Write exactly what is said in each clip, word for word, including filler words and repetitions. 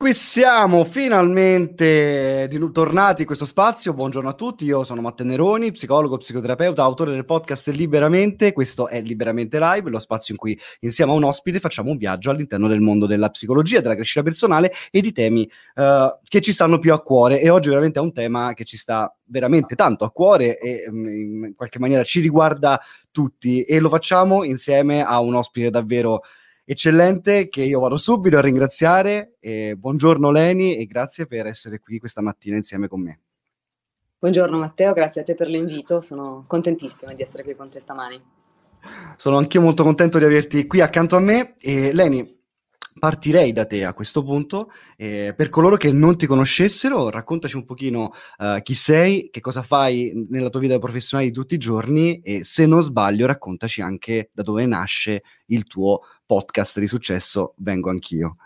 Qui siamo finalmente di- tornati in questo spazio. Buongiorno a tutti, io sono Matteo Neroni, psicologo, psicoterapeuta, autore del podcast Liberamente. Questo è Liberamente Live, lo spazio in cui insieme a un ospite facciamo un viaggio all'interno del mondo della psicologia, della crescita personale e di temi eh, che ci stanno più a cuore. E oggi veramente è un tema che ci sta veramente tanto a cuore e mm, in qualche maniera ci riguarda tutti, e lo facciamo insieme a un ospite davvero eccellente che io vado subito a ringraziare. Eh, buongiorno Leni e grazie per essere qui questa mattina insieme con me. Buongiorno Matteo, grazie a te per l'invito, sono contentissima di essere qui con te stamani. Sono anch'io molto contento di averti qui accanto a me. E Leni, partirei da te a questo punto. Eh, per coloro che non ti conoscessero, raccontaci un pochino uh, chi sei, che cosa fai nella tua vita professionale di tutti i giorni e, se non sbaglio, raccontaci anche da dove nasce il tuo podcast di successo Vengo Anch'io.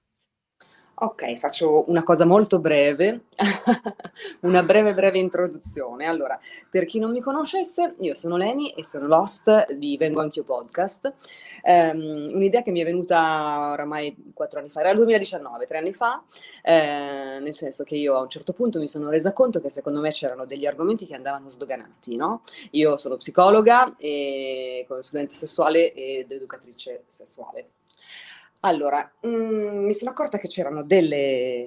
Ok, faccio una cosa molto breve, una breve breve introduzione. Allora, per chi non mi conoscesse, io sono Leni e sono l'host di Vengo Anch'io podcast, um, un'idea che mi è venuta oramai quattro anni fa, era il duemiladiciannove, tre anni fa, eh, nel senso che io a un certo punto mi sono resa conto che secondo me c'erano degli argomenti che andavano sdoganati, no? Io sono psicologa e consulente sessuale ed educatrice sessuale. Allora, mh, mi sono accorta che c'erano delle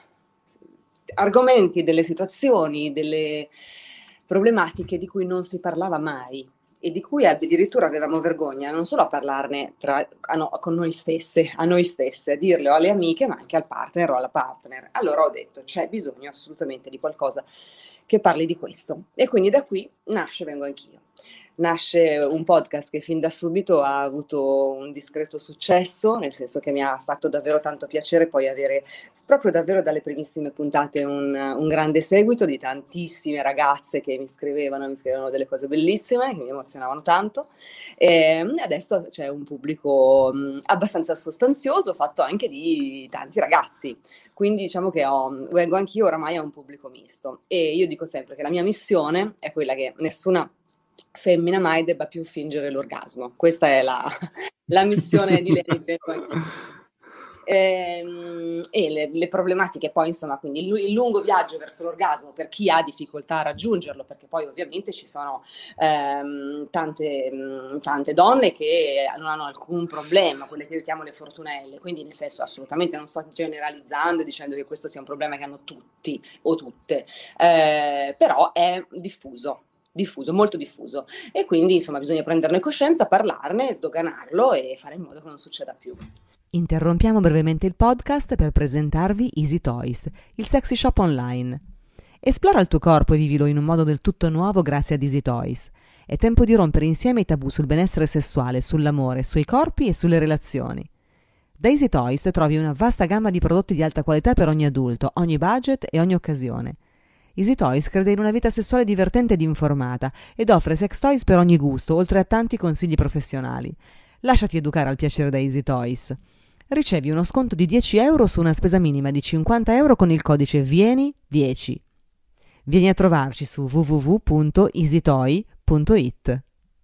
argomenti, delle situazioni, delle problematiche di cui non si parlava mai e di cui addirittura avevamo vergogna non solo a parlarne tra, a no, con noi stesse, a noi stesse, a dirle o alle amiche, ma anche al partner o alla partner. Allora ho detto, c'è bisogno assolutamente di qualcosa che parli di questo. E quindi da qui nasce Vengo Anch'io. Nasce un podcast che fin da subito ha avuto un discreto successo, nel senso che mi ha fatto davvero tanto piacere poi avere proprio davvero dalle primissime puntate un, un grande seguito di tantissime ragazze che mi scrivevano, mi scrivevano delle cose bellissime che mi emozionavano tanto, e adesso c'è un pubblico mh, abbastanza sostanzioso fatto anche di tanti ragazzi, quindi diciamo che ho, vengo anch'io oramai a un pubblico misto e io dico sempre che la mia missione è quella che nessuna femmina mai debba più fingere l'orgasmo. Questa è la, la missione di Leni. E, e le, le problematiche poi insomma, quindi il, il lungo viaggio verso l'orgasmo per chi ha difficoltà a raggiungerlo, perché poi ovviamente ci sono ehm, tante, mh, tante donne che non hanno alcun problema, quelle che io chiamo le fortunelle, quindi nel senso assolutamente non sto generalizzando e dicendo che questo sia un problema che hanno tutti o tutte, eh, però è diffuso diffuso, molto diffuso, e quindi insomma bisogna prenderne coscienza, parlarne, sdoganarlo e fare in modo che non succeda più. Interrompiamo brevemente il podcast per presentarvi Easy Toys, il sexy shop online. Esplora il tuo corpo e vivilo in un modo del tutto nuovo grazie ad Easy Toys. È tempo di rompere insieme i tabù sul benessere sessuale, sull'amore, sui corpi e sulle relazioni. Da Easy Toys trovi una vasta gamma di prodotti di alta qualità per ogni adulto, ogni budget e ogni occasione. Easy Toys crede in una vita sessuale divertente ed informata ed offre sex toys per ogni gusto, oltre a tanti consigli professionali. Lasciati educare al piacere da Easy Toys. Ricevi uno sconto di dieci euro su una spesa minima di cinquanta euro con il codice Vieni dieci. Vieni a trovarci su w w w punto easytoy punto it.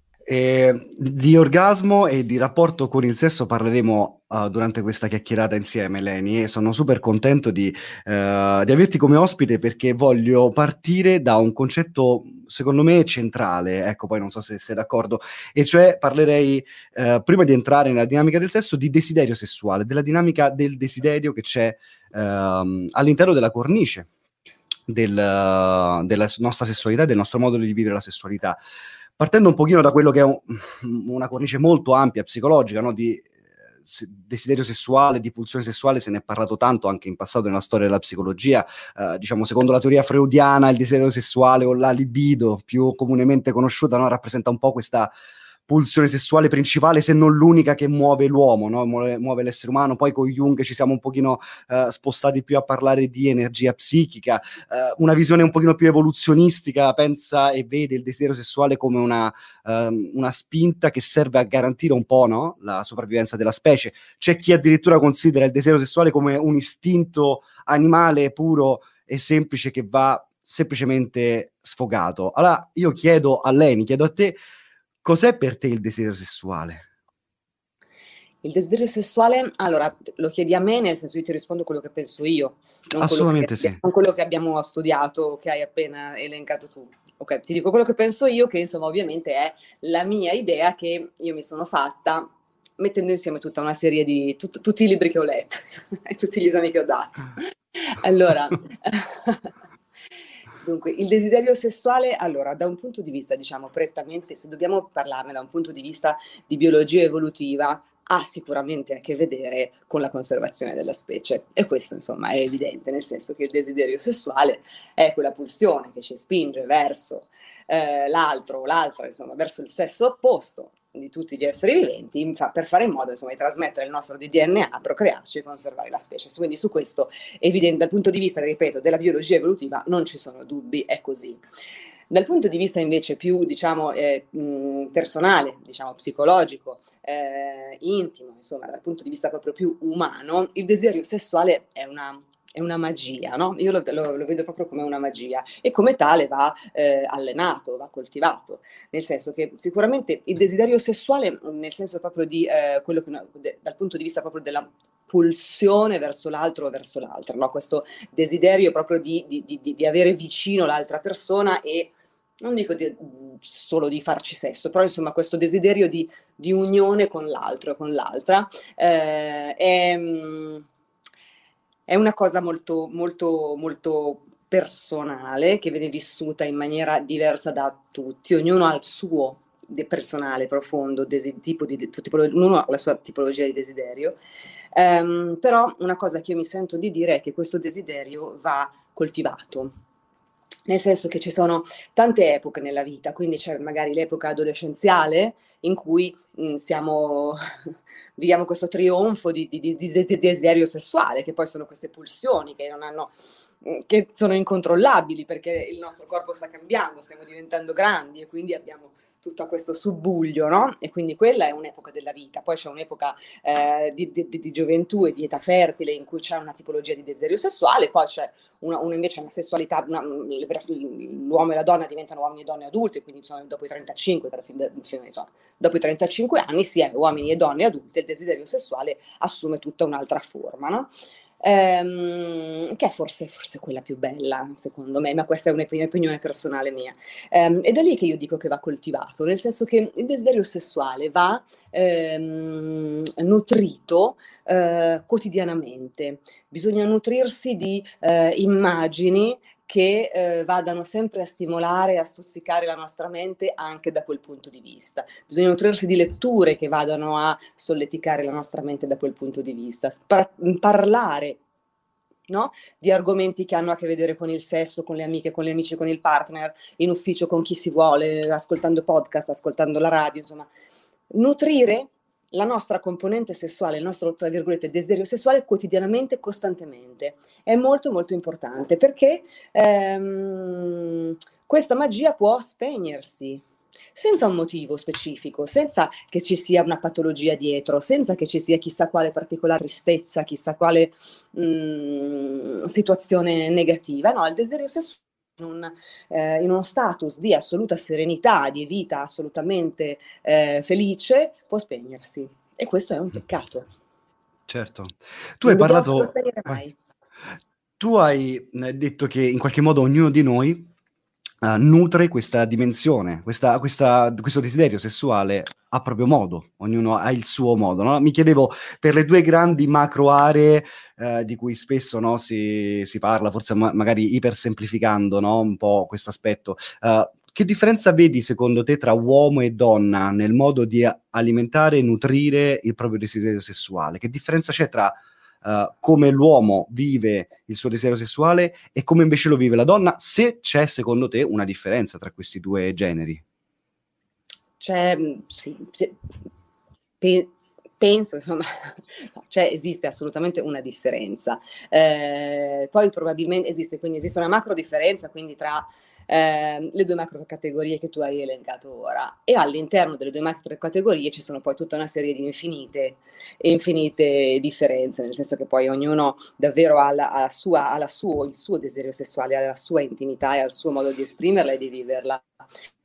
E di orgasmo e di rapporto con il sesso parleremo uh, durante questa chiacchierata insieme, Leni, e sono super contento di, uh, di averti come ospite, perché voglio partire da un concetto secondo me centrale, ecco, poi non so se sei d'accordo, e cioè parlerei, uh, prima di entrare nella dinamica del sesso, di desiderio sessuale, della dinamica del desiderio che c'è uh, all'interno della cornice del, della nostra sessualità, del nostro modo di vivere la sessualità. Partendo un pochino da quello che è un, una cornice molto ampia, psicologica, no? Di eh, desiderio sessuale, di pulsione sessuale, se ne è parlato tanto anche in passato nella storia della psicologia. Eh, diciamo, secondo la teoria freudiana, il desiderio sessuale o la libido, più comunemente conosciuta, no? Rappresenta un po' questa pulsione sessuale principale, se non l'unica, che muove l'uomo, no? muove, muove l'essere umano. Poi con Jung ci siamo un pochino uh, spostati più a parlare di energia psichica, uh, una visione un pochino più evoluzionistica pensa e vede il desiderio sessuale come una, uh, una spinta che serve a garantire un po', no? La sopravvivenza della specie. C'è chi addirittura considera il desiderio sessuale come un istinto animale puro e semplice che va semplicemente sfogato. Allora io chiedo a Leni, chiedo a te, cos'è per te il desiderio sessuale? Il desiderio sessuale, allora, lo chiedi a me, nel senso io ti rispondo quello che penso io, non quello che, Assolutamente sì. non quello che abbiamo studiato, che hai appena elencato tu. Ok, ti dico quello che penso io, che insomma ovviamente è la mia idea che io mi sono fatta mettendo insieme tutta una serie di, tut- tutti i libri che ho letto e tutti gli esami che ho dato. Allora, dunque, il desiderio sessuale, allora, da un punto di vista, diciamo, prettamente, se dobbiamo parlarne da un punto di vista di biologia evolutiva, ha sicuramente a che vedere con la conservazione della specie. E questo, insomma, è evidente, nel senso che il desiderio sessuale è quella pulsione che ci spinge verso eh, l'altro o l'altra, insomma, verso il sesso opposto di tutti gli esseri viventi, per fare in modo, insomma, di trasmettere il nostro D N A, procrearci e conservare la specie. Quindi su questo, evidente, dal punto di vista, ripeto, della biologia evolutiva non ci sono dubbi, è così. Dal punto di vista invece più, diciamo, eh, mh, personale, diciamo, psicologico, eh, intimo, insomma, dal punto di vista proprio più umano, il desiderio sessuale è una, è una magia, no? Io lo, lo, lo vedo proprio come una magia e come tale va eh, allenato, va coltivato, nel senso che sicuramente il desiderio sessuale, nel senso proprio di eh, quello che, de, dal punto di vista proprio della pulsione verso l'altro o verso l'altra, no? Questo desiderio proprio di, di, di, di avere vicino l'altra persona e non dico di, solo di farci sesso, però insomma questo desiderio di, di unione con l'altro e con l'altra eh, è, è una cosa molto, molto, molto personale che viene vissuta in maniera diversa da tutti, ognuno ha il suo personale, profondo, desi- tipo di, tipo, ognuno ha la sua tipologia di desiderio, um, però una cosa che io mi sento di dire è che questo desiderio va coltivato. Nel senso che ci sono tante epoche nella vita, quindi c'è magari l'epoca adolescenziale in cui mh, siamo, viviamo questo trionfo di, di, di, di desiderio sessuale, che poi sono queste pulsioni che non hanno, che sono incontrollabili perché il nostro corpo sta cambiando, stiamo diventando grandi e quindi abbiamo tutto questo subbuglio, no? E quindi quella è un'epoca della vita. Poi c'è un'epoca eh, di, di, di gioventù e di età fertile in cui c'è una tipologia di desiderio sessuale, poi c'è una, una invece una sessualità, una, l'uomo e la donna diventano uomini e donne adulti, quindi sono, dopo i trentacinque, insomma, dopo i trentacinque anni si è uomini e donne adulti, il desiderio sessuale assume tutta un'altra forma, no? Ehm, che è forse, forse quella più bella, secondo me, ma questa è un'opinione personale mia. Ehm, ed è lì che io dico che va coltivato, nel senso che il desiderio sessuale va ehm, nutrito eh, quotidianamente. Bisogna nutrirsi di eh, immagini che eh, vadano sempre a stimolare e a stuzzicare la nostra mente anche da quel punto di vista. Bisogna nutrirsi di letture che vadano a solleticare la nostra mente da quel punto di vista. Par- parlare, no? Di argomenti che hanno a che vedere con il sesso, con le amiche, con gli amici, con il partner, in ufficio, con chi si vuole, ascoltando podcast, ascoltando la radio, insomma. Nutrire la nostra componente sessuale, il nostro, tra virgolette, desiderio sessuale quotidianamente, costantemente. È molto molto importante perché ehm, questa magia può spegnersi senza un motivo specifico, senza che ci sia una patologia dietro, senza che ci sia chissà quale particolare tristezza, chissà quale mh, situazione negativa. No, il desiderio sessuale in, un, eh, in uno status di assoluta serenità, di vita assolutamente eh, felice, può spegnersi. E questo è un peccato. Certo. Tu Non hai dobbiamo farlo parlato... spegnere vai. mai. Tu hai eh, detto che in qualche modo ognuno di noi uh, nutre questa dimensione, questa, questa, questo desiderio sessuale a proprio modo, ognuno ha il suo modo, no? Mi chiedevo, per le due grandi macro aree uh, di cui spesso, no, si, si parla, forse ma- magari ipersemplificando, no, un po' questo aspetto, uh, che differenza vedi secondo te tra uomo e donna nel modo di alimentare e nutrire il proprio desiderio sessuale? Che differenza c'è tra Uh, come l'uomo vive il suo desiderio sessuale e come invece lo vive la donna, se c'è secondo te una differenza tra questi due generi? C'è, sì, sì, pe- penso, insomma, cioè esiste assolutamente una differenza. Eh, poi probabilmente esiste, quindi esiste una macro differenza quindi tra eh, le due macro categorie che tu hai elencato ora, e all'interno delle due macro categorie ci sono poi tutta una serie di infinite infinite differenze, nel senso che poi ognuno davvero ha, la, ha, sua, ha la suo, il suo desiderio sessuale, ha la sua intimità e ha il suo modo di esprimerla e di viverla.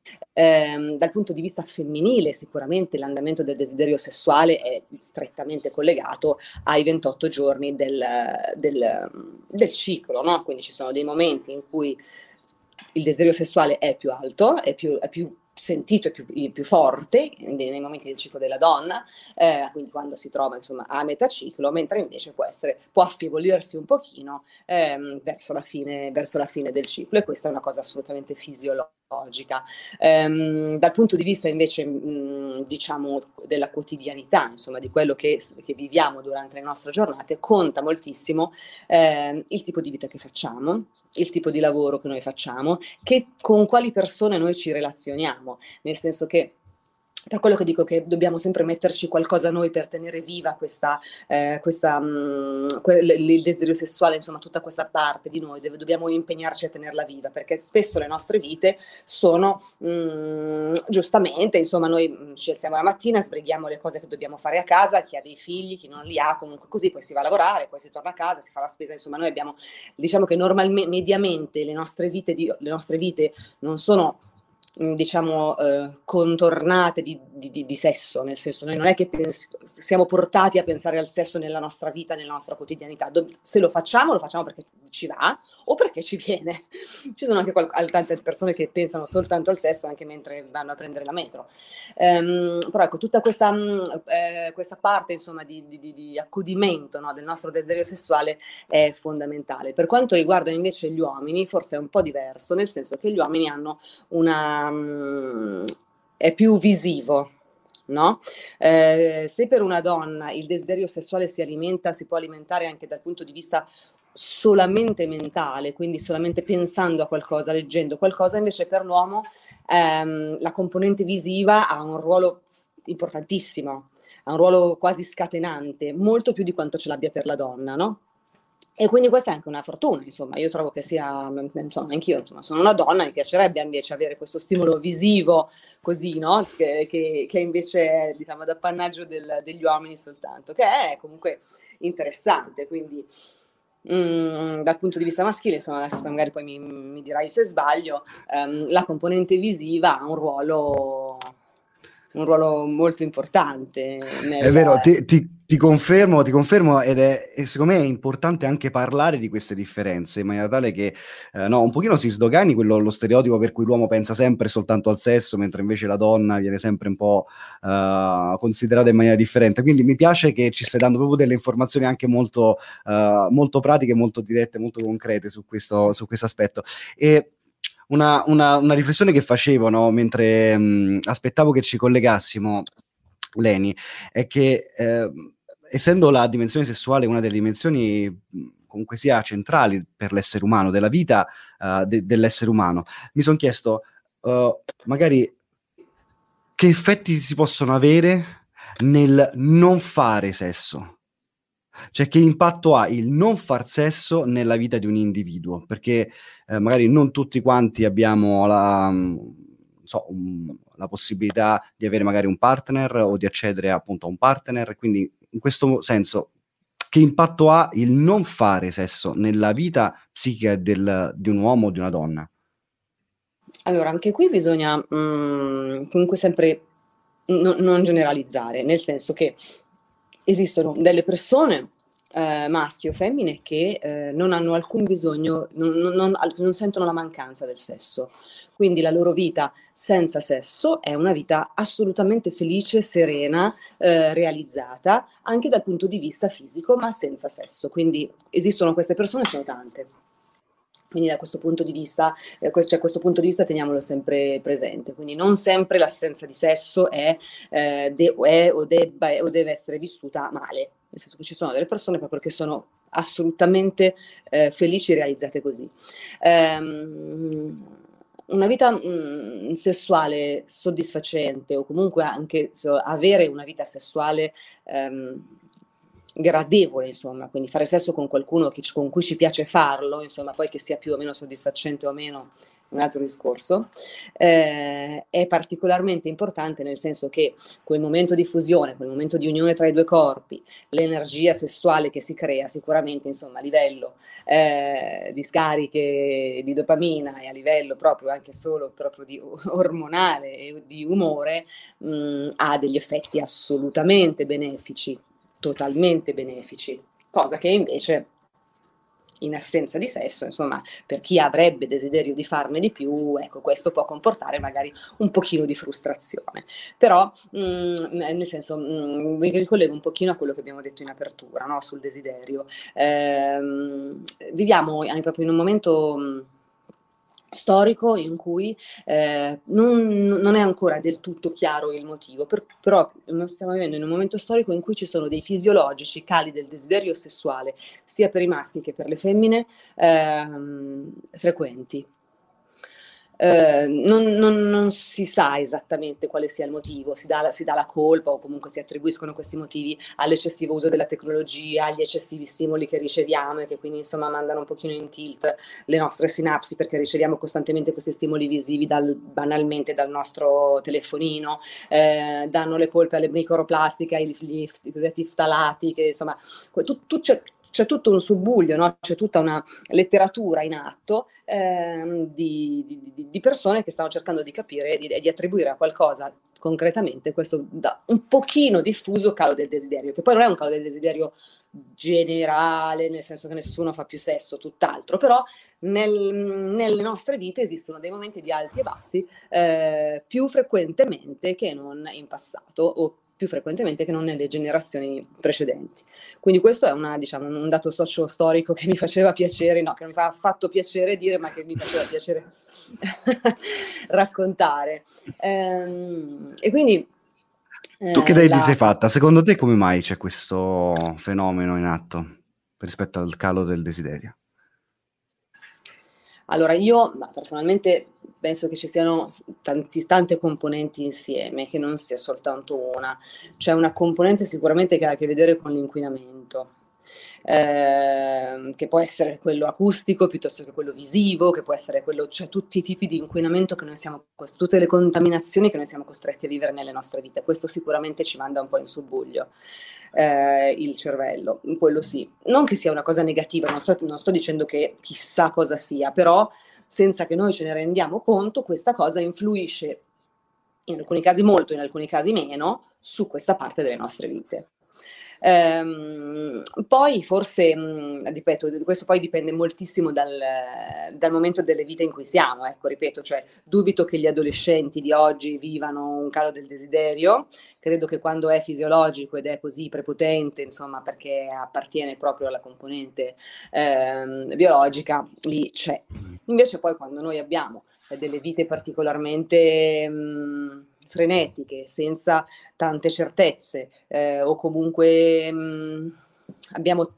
Ehm, dal punto di vista femminile, sicuramente l'andamento del desiderio sessuale è strettamente collegato ai ventotto giorni del, del, del ciclo, no? Quindi ci sono dei momenti in cui il desiderio sessuale è più alto, è più, è più sentito, è più, più forte nei momenti del ciclo della donna, eh, quindi quando si trova insomma a metà ciclo, mentre invece può essere, può affievolirsi un pochino ehm, verso la fine, verso la fine del ciclo, e questa è una cosa assolutamente fisiologica. Ehm, dal punto di vista invece mh, diciamo della quotidianità, insomma di quello che, che viviamo durante le nostre giornate, conta moltissimo ehm, il tipo di vita che facciamo, il tipo di lavoro che noi facciamo, che con quali persone noi ci relazioniamo, nel senso che per quello che dico che dobbiamo sempre metterci qualcosa noi per tenere viva questa, eh, questa mh, que- il desiderio sessuale, insomma tutta questa parte di noi, dove dobbiamo impegnarci a tenerla viva, perché spesso le nostre vite sono mh, giustamente, insomma noi ci alziamo la mattina, sbrighiamo le cose che dobbiamo fare a casa, chi ha dei figli, chi non li ha, comunque così, poi si va a lavorare, poi si torna a casa, si fa la spesa, insomma noi abbiamo, diciamo che normalmente, mediamente le nostre vite, di, le nostre vite non sono diciamo eh, contornate di, di, di sesso, nel senso noi non è che pens- siamo portati a pensare al sesso nella nostra vita, nella nostra quotidianità. Do- se lo facciamo lo facciamo perché ci va o perché ci viene. Ci sono anche qual- tante persone che pensano soltanto al sesso anche mentre vanno a prendere la metro. Ehm, però ecco, tutta questa, mh, eh, questa parte insomma di, di, di, di accudimento, no, del nostro desiderio sessuale è fondamentale. Per quanto riguarda invece gli uomini, forse è un po' diverso, nel senso che gli uomini hanno una è più visivo, no? Eh, se per una donna il desiderio sessuale si alimenta, si può alimentare anche dal punto di vista solamente mentale, quindi solamente pensando a qualcosa, leggendo qualcosa, invece per l'uomo ehm, la componente visiva ha un ruolo importantissimo, ha un ruolo quasi scatenante, molto più di quanto ce l'abbia per la donna, no? E quindi questa è anche una fortuna, insomma, io trovo che sia, insomma, anch'io insomma, sono una donna, mi piacerebbe invece avere questo stimolo visivo così, no? Che, che, che invece è, diciamo, d'appannaggio del, degli uomini soltanto, che è comunque interessante, quindi mh, dal punto di vista maschile, insomma, adesso magari poi mi, mi dirai se sbaglio, ehm, la componente visiva ha un ruolo... un ruolo molto importante È nel... vero, ti, ti- ti confermo, ti confermo ed è, e secondo me è importante anche parlare di queste differenze in maniera tale che eh, no, un pochino si sdogani quello, lo stereotipo per cui l'uomo pensa sempre soltanto al sesso, mentre invece la donna viene sempre un po' eh, considerata in maniera differente. Quindi mi piace che ci stai dando proprio delle informazioni anche molto, eh, molto pratiche, molto dirette, molto concrete su questo, su questo aspetto. E una, una- una riflessione che facevo, no, mentre mh, aspettavo che ci collegassimo, Leni, è che eh, essendo la dimensione sessuale una delle dimensioni mh, comunque sia centrali per l'essere umano, della vita eh, de- dell'essere umano, mi sono chiesto eh, magari che effetti si possono avere nel non fare sesso. Cioè, che impatto ha il non far sesso nella vita di un individuo? Perché eh, magari non tutti quanti abbiamo la, mh, so, un- la possibilità di avere magari un partner o di accedere appunto a un partner, quindi in questo senso, che impatto ha il non fare sesso nella vita psichica del- di un uomo o di una donna? Allora, anche qui bisogna mh, comunque sempre no- non generalizzare, nel senso che esistono delle persone, eh, maschi o femmine, che eh, non hanno alcun bisogno, non, non- non- al- non sentono la mancanza del sesso. Quindi la loro vita senza sesso è una vita assolutamente felice, serena, eh, realizzata, anche dal punto di vista fisico, ma senza sesso. Quindi esistono queste persone, sono tante. Quindi da questo punto di vista, eh, questo, cioè, questo punto di vista teniamolo sempre presente. Quindi non sempre l'assenza di sesso è, eh, de- è o, debba, o deve essere vissuta male, nel senso che ci sono delle persone proprio che sono assolutamente eh, felici e realizzate così. Ehm, una vita mh, sessuale soddisfacente, o comunque anche so, avere una vita sessuale ehm, gradevole, insomma, quindi fare sesso con qualcuno che, con cui ci piace farlo, insomma, poi che sia più o meno soddisfacente o meno un altro discorso, eh, è particolarmente importante nel senso che quel momento di fusione, quel momento di unione tra i due corpi, l'energia sessuale che si crea sicuramente, insomma, a livello eh, di scariche di dopamina e a livello proprio anche solo proprio di ormonale e di umore, mh, ha degli effetti assolutamente benefici, totalmente benefici, cosa che invece in assenza di sesso, insomma, per chi avrebbe desiderio di farne di più, ecco, questo può comportare magari un pochino di frustrazione. Però, mh, nel senso, mh, mi ricollego un pochino a quello che abbiamo detto in apertura, no? Sul desiderio. Ehm, viviamo proprio in un momento mh, storico in cui eh, non, non è ancora del tutto chiaro il motivo, per, però stiamo vivendo in un momento storico in cui ci sono dei fisiologici cali del desiderio sessuale, sia per i maschi che per le femmine, ehm, frequenti. Eh, non, non, non si sa esattamente quale sia il motivo, si dà, si dà la colpa o comunque si attribuiscono questi motivi all'eccessivo uso della tecnologia, agli eccessivi stimoli che riceviamo e che quindi insomma mandano un pochino in tilt le nostre sinapsi perché riceviamo costantemente questi stimoli visivi dal, banalmente dal nostro telefonino, eh, danno le colpe alle microplastiche, ai gli, gli cosiddetti ftalati, che insomma tu, tu c'è, c'è tutto un subbuglio, no? C'è tutta una letteratura in atto ehm, di, di, di persone che stanno cercando di capire e di, di attribuire a qualcosa concretamente questo da, un pochino diffuso calo del desiderio, che poi non è un calo del desiderio generale, nel senso che nessuno fa più sesso, tutt'altro, però nel, nelle nostre vite esistono dei momenti di alti e bassi eh, più frequentemente che non in passato o più frequentemente che non nelle generazioni precedenti. Quindi questo è una, diciamo, un dato socio-storico che mi faceva piacere, no, che non mi fa fatto piacere dire, ma che mi faceva piacere raccontare. Ehm, e quindi eh, tu che idea la... ti sei fatta? Secondo te come mai c'è questo fenomeno in atto rispetto al calo del desiderio? Allora, io personalmente penso che ci siano tanti, tante componenti insieme, che non sia soltanto una. C'è una componente sicuramente che ha a che vedere con l'inquinamento, eh, che può essere quello acustico piuttosto che quello visivo, che può essere quello, cioè tutti i tipi di inquinamento che noi siamo, tutte le contaminazioni che noi siamo costretti a vivere nelle nostre vite. Questo sicuramente ci manda un po' in subbuglio. Eh, il cervello, quello sì. Non che sia una cosa negativa, non sto, non sto dicendo che chissà cosa sia, però senza che noi ce ne rendiamo conto, questa cosa influisce in alcuni casi molto, in alcuni casi meno, su questa parte delle nostre vite. Ehm, poi forse, mh, ripeto, questo poi dipende moltissimo dal, dal momento delle vite in cui siamo, ecco, ripeto, cioè dubito che gli adolescenti di oggi vivano un calo del desiderio, credo che quando è fisiologico ed è così prepotente, insomma, perché appartiene proprio alla componente ehm, biologica, lì c'è. Invece poi quando noi abbiamo delle vite particolarmente mh, frenetiche, senza tante certezze, eh, o comunque mh, abbiamo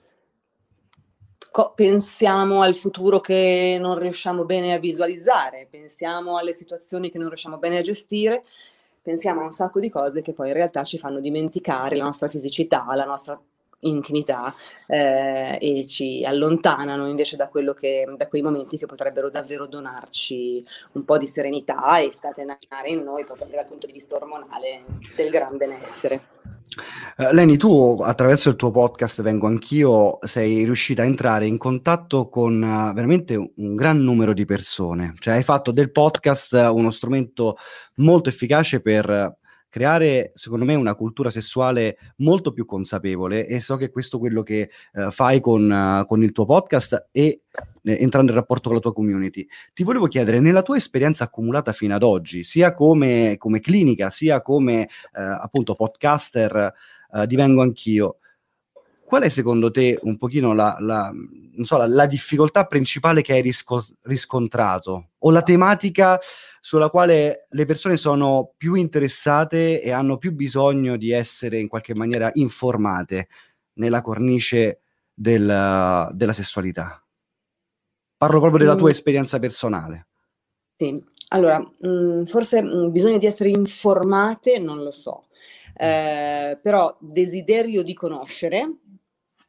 co- pensiamo al futuro che non riusciamo bene a visualizzare, pensiamo alle situazioni che non riusciamo bene a gestire, pensiamo a un sacco di cose che poi in realtà ci fanno dimenticare la nostra fisicità, la nostra intimità eh, e ci allontanano invece da quello che, da quei momenti che potrebbero davvero donarci un po' di serenità e scatenare in noi proprio dal punto di vista ormonale del gran benessere. Uh, Leni, tu attraverso il tuo podcast Vengo Anch'io sei riuscita a entrare in contatto con uh, veramente un, un gran numero di persone, cioè hai fatto del podcast uno strumento molto efficace per creare, secondo me, una cultura sessuale molto più consapevole, e so che questo è quello che uh, fai con, uh, con il tuo podcast e eh, entrando in rapporto con la tua community. Ti volevo chiedere, nella tua esperienza accumulata fino ad oggi, sia come, come clinica, sia come eh, appunto podcaster eh, di Vengo Anch'io, qual è secondo te un pochino la, la, non so, la, la difficoltà principale che hai risco- riscontrato, o la tematica sulla quale le persone sono più interessate e hanno più bisogno di essere in qualche maniera informate nella cornice del, della sessualità? Parlo proprio della tua Mm. esperienza personale. Sì, allora, mh, forse mh, bisogno di essere informate, non lo so, eh, però desiderio di conoscere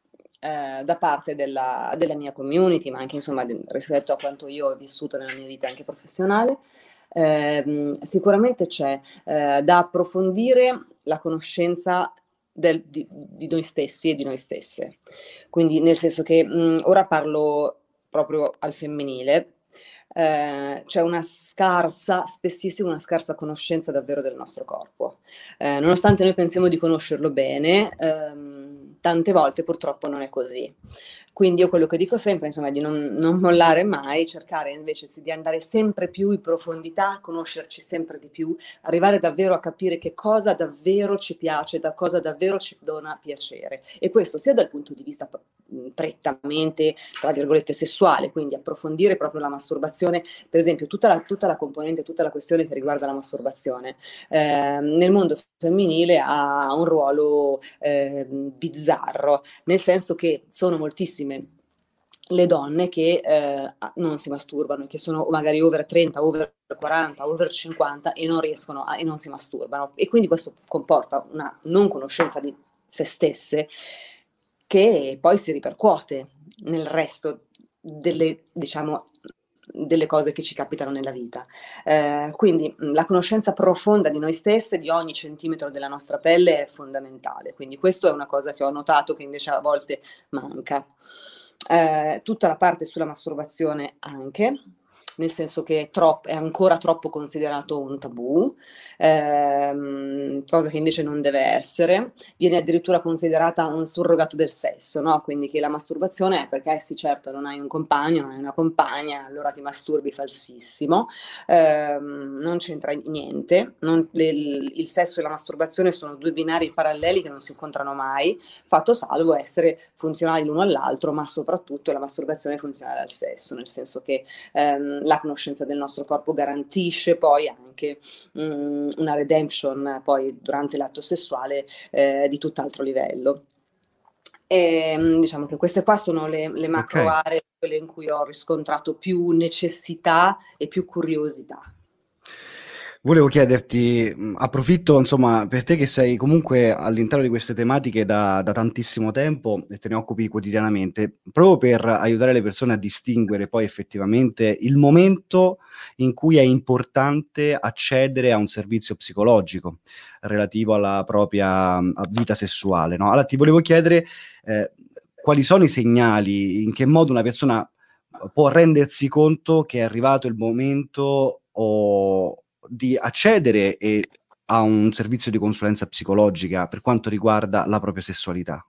eh, da parte della, della mia community, ma anche insomma de- rispetto a quanto io ho vissuto nella mia vita anche professionale. Ehm, sicuramente c'è eh, da approfondire la conoscenza del- di, di noi stessi e di noi stesse. Quindi nel senso che mh, ora parlo proprio al femminile, eh, c'è una scarsa, spessissimo una scarsa conoscenza davvero del nostro corpo. Eh, nonostante noi pensiamo di conoscerlo bene, ehm, tante volte purtroppo non è così. Quindi io quello che dico sempre, insomma, è di non, non mollare mai, cercare invece di andare sempre più in profondità, conoscerci sempre di più, arrivare davvero a capire che cosa davvero ci piace, da cosa davvero ci dona piacere. E questo sia dal punto di vista mh, prettamente, tra virgolette, sessuale, quindi approfondire proprio la masturbazione, per esempio tutta la, tutta la componente, tutta la questione che riguarda la masturbazione. Eh, nel mondo femminile ha un ruolo eh, bizzarro, nel senso che sono moltissime le donne che eh, non si masturbano, che sono magari over trenta, over quaranta, over cinquanta e non riescono a, e non si masturbano. E quindi questo comporta una non conoscenza di se stesse che poi si ripercuote nel resto delle, diciamo, delle cose che ci capitano nella vita. Eh, quindi la conoscenza profonda di noi stesse, di ogni centimetro della nostra pelle è fondamentale. Quindi questo è una cosa che ho notato che invece a volte manca. Eh, tutta la parte sulla masturbazione anche, nel senso che è, troppo, è ancora troppo considerato un tabù, ehm, cosa che invece non deve essere. Viene addirittura considerata un surrogato del sesso, no? Quindi che la masturbazione è perché sì, certo, non hai un compagno, non hai una compagna, allora ti masturbi, falsissimo. Ehm, non c'entra niente. Non, le, il sesso e la masturbazione sono due binari paralleli che non si incontrano mai, fatto salvo essere funzionali l'uno all'altro, ma soprattutto la masturbazione è funzionale al sesso, nel senso che ehm, la conoscenza del nostro corpo garantisce poi anche mh, una redemption poi durante l'atto sessuale eh, di tutt'altro livello. E, mh, diciamo che queste qua sono le, le macro Ok. aree, quelle in cui ho riscontrato più necessità e più curiosità. Volevo chiederti, mh, approfitto insomma per te che sei comunque all'interno di queste tematiche da, da tantissimo tempo e te ne occupi quotidianamente, proprio per aiutare le persone a distinguere poi effettivamente il momento in cui è importante accedere a un servizio psicologico relativo alla propria mh, vita sessuale, no? Allora ti volevo chiedere eh, quali sono i segnali, in che modo una persona può rendersi conto che è arrivato il momento o di accedere e a un servizio di consulenza psicologica per quanto riguarda la propria sessualità.